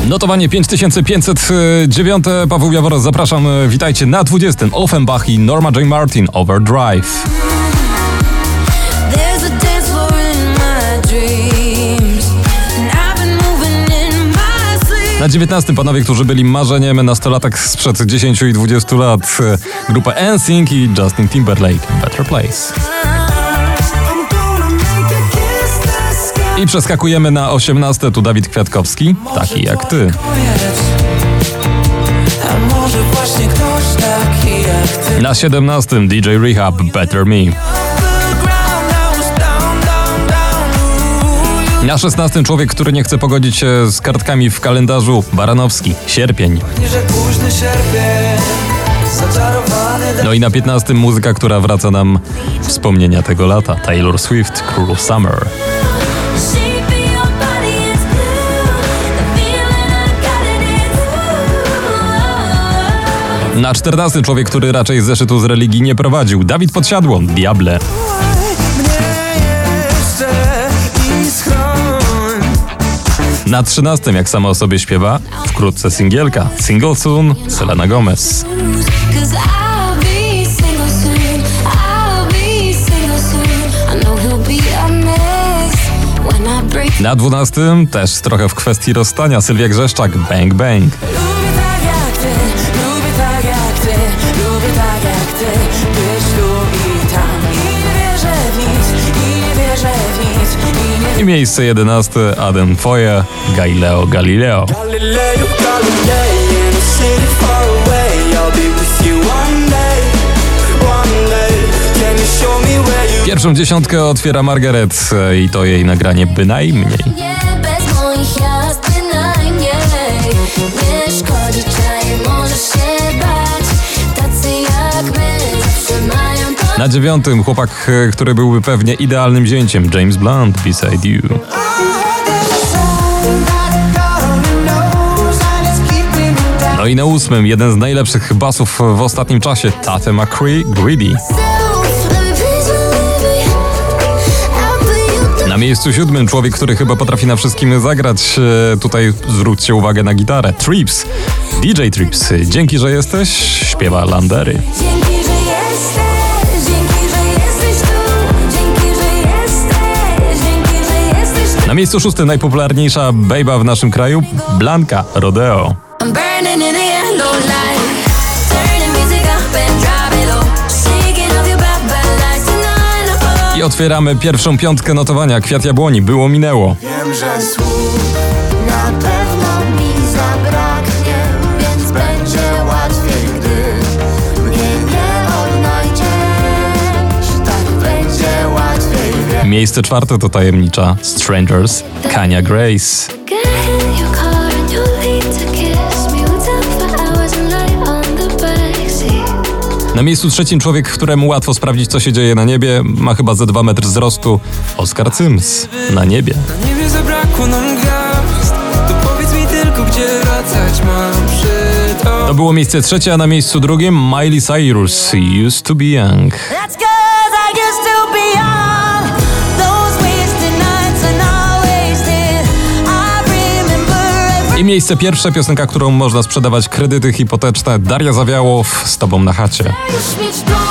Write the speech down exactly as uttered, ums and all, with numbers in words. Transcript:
Notowanie pięć tysięcy pięćset dziewięć. Paweł Jaworowski, zapraszam, witajcie na dwudziestym. Offenbach i Norma Jean Martin, Overdrive. Na dziewiętnastym panowie, którzy byli marzeniem nastolatek sprzed dziesięć i dwadzieścia lat. Grupa N Sync i Justin Timberlake, Better Place. I przeskakujemy na osiemnaste. Tu Dawid Kwiatkowski, Taki jak ty. Na siedemnastym D J Rehab, Better Me. Na szesnastym człowiek, który nie chce pogodzić się z kartkami w kalendarzu, Baranowski, Sierpień. No i na piętnastym muzyka, która wraca nam wspomnienia tego lata, Taylor Swift, Cruel Summer. Na czternastym człowiek, który raczej z zeszytu z religii nie prowadził, Dawid Podsiadło, Diable. Na trzynastym, jak sama o sobie śpiewa, wkrótce singielka, Single Soon, Selena Gomez. Na dwunastym, też trochę w kwestii rozstania, Sylwia Grzeszczak, Bang Bang. I miejsce jedenaste, Adam Foye, Galileo Galileo. Pierwszą dziesiątkę otwiera Margaret i to jej nagranie Bynajmniej. Na dziewiątym chłopak, który byłby pewnie idealnym zięciem, James Blunt, Beside You. No i na ósmym, jeden z najlepszych basów w ostatnim czasie, Tate McCree, Greedy. Na miejscu siódmym człowiek, który chyba potrafi na wszystkim zagrać. Tutaj zwróćcie uwagę na gitarę. Trips, D J Trips. Dzięki, że jesteś, śpiewa Landery. Na miejscu szóstym najpopularniejsza bejba w naszym kraju, Blanka, Rodeo. I otwieramy pierwszą piątkę notowania, Kwiat Jabłoni, Było minęło. Wiem, że słów na pewno mi zabraknie, więc będzie łatwiej, gdy mnie nie odnajdziesz. Tak będzie łatwiej, wiem. Miejsce czwarte to tajemnicza Strangers, Kania Grace. Na miejscu trzecim człowiek, któremu łatwo sprawdzić, co się dzieje na niebie, ma chyba ze dwa metry wzrostu, Oskar Cyms, Na niebie. Na niebie zabrakło nam gwiazd, to powiedz mi tylko, gdzie wracać mam przy to. To było miejsce trzecie, a na miejscu drugim Miley Cyrus, Used to be Young. I miejsce pierwsze, piosenka, którą można sprzedawać kredyty hipoteczne, Daria Zawiałow, Z tobą na chacie.